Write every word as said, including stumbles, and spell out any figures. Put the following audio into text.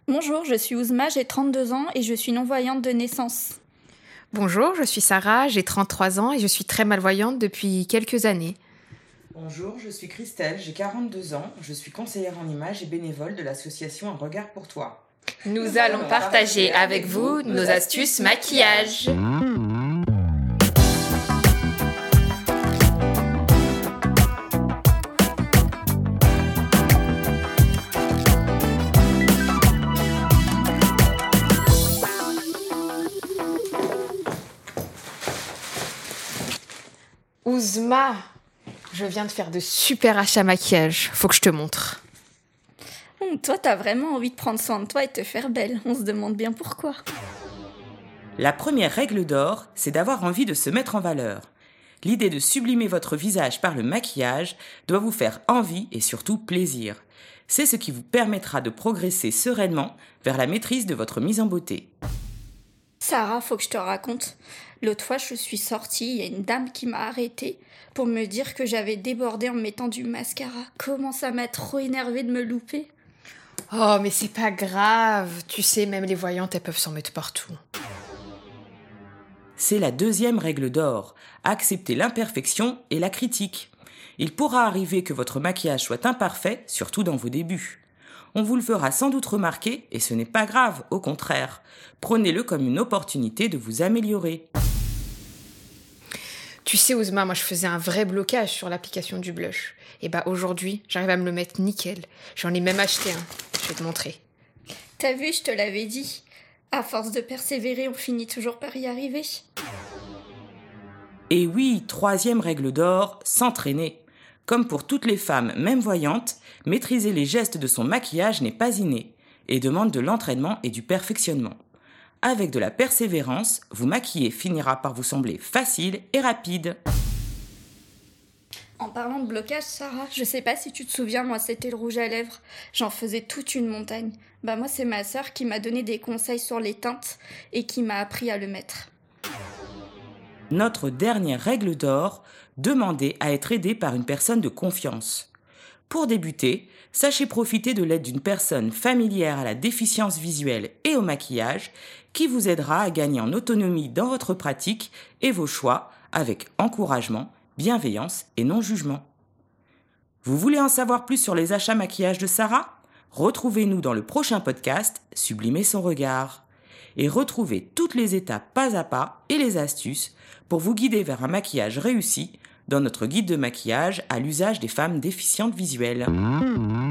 Bonjour, je suis Ouzma, j'ai trente-deux ans et je suis non-voyante de naissance. Bonjour, je suis Sarah, j'ai trente-trois ans et je suis très malvoyante depuis quelques années. Bonjour, je suis Christelle, j'ai quarante-deux ans, je suis conseillère en images et bénévole de l'association Un Regard pour Toi. Nous, Nous allons partager, partager avec vous nos astuces maquillage. Ouzma, je viens de faire de super achats maquillage. Faut que je te montre. Hum, toi, t'as vraiment envie de prendre soin de toi et de te faire belle. On se demande bien pourquoi. La première règle d'or, c'est d'avoir envie de se mettre en valeur. L'idée de sublimer votre visage par le maquillage doit vous faire envie et surtout plaisir. C'est ce qui vous permettra de progresser sereinement vers la maîtrise de votre mise en beauté. Sarah, faut que je te raconte. L'autre fois, je suis sortie, il y a une dame qui m'a arrêtée pour me dire que j'avais débordé en mettant du mascara. Comment ça m'a trop énervée de me louper. Oh, mais c'est pas grave. Tu sais, même les voyantes, elles peuvent s'en mettre partout. C'est la deuxième règle d'or. Accepter l'imperfection et la critique. Il pourra arriver que votre maquillage soit imparfait, surtout dans vos débuts. On vous le fera sans doute remarquer et ce n'est pas grave, au contraire. Prenez-le comme une opportunité de vous améliorer. Tu sais, Ouzma, moi je faisais un vrai blocage sur l'application du blush. Et bah aujourd'hui, j'arrive à me le mettre nickel. J'en ai même acheté un. Je vais te montrer. T'as vu, je te l'avais dit. À force de persévérer, on finit toujours par y arriver. Et oui, troisième règle d'or, s'entraîner. Comme pour toutes les femmes, même voyantes, maîtriser les gestes de son maquillage n'est pas inné et demande de l'entraînement et du perfectionnement. Avec de la persévérance, vous maquiller finira par vous sembler facile et rapide. En parlant de blocage, Sarah, je sais pas si tu te souviens, moi c'était le rouge à lèvres. J'en faisais toute une montagne. Bah moi c'est ma sœur qui m'a donné des conseils sur les teintes et qui m'a appris à le mettre. Notre dernière règle d'or, demandez à être aidé par une personne de confiance. Pour débuter, sachez profiter de l'aide d'une personne familière à la déficience visuelle et au maquillage qui vous aidera à gagner en autonomie dans votre pratique et vos choix avec encouragement, bienveillance et non-jugement. Vous voulez en savoir plus sur les achats maquillage de Sarah ? Retrouvez-nous dans le prochain podcast « Sublimer son regard » et retrouvez toutes les étapes pas à pas et les astuces pour vous guider vers un maquillage réussi dans notre guide de maquillage à l'usage des femmes déficientes visuelles.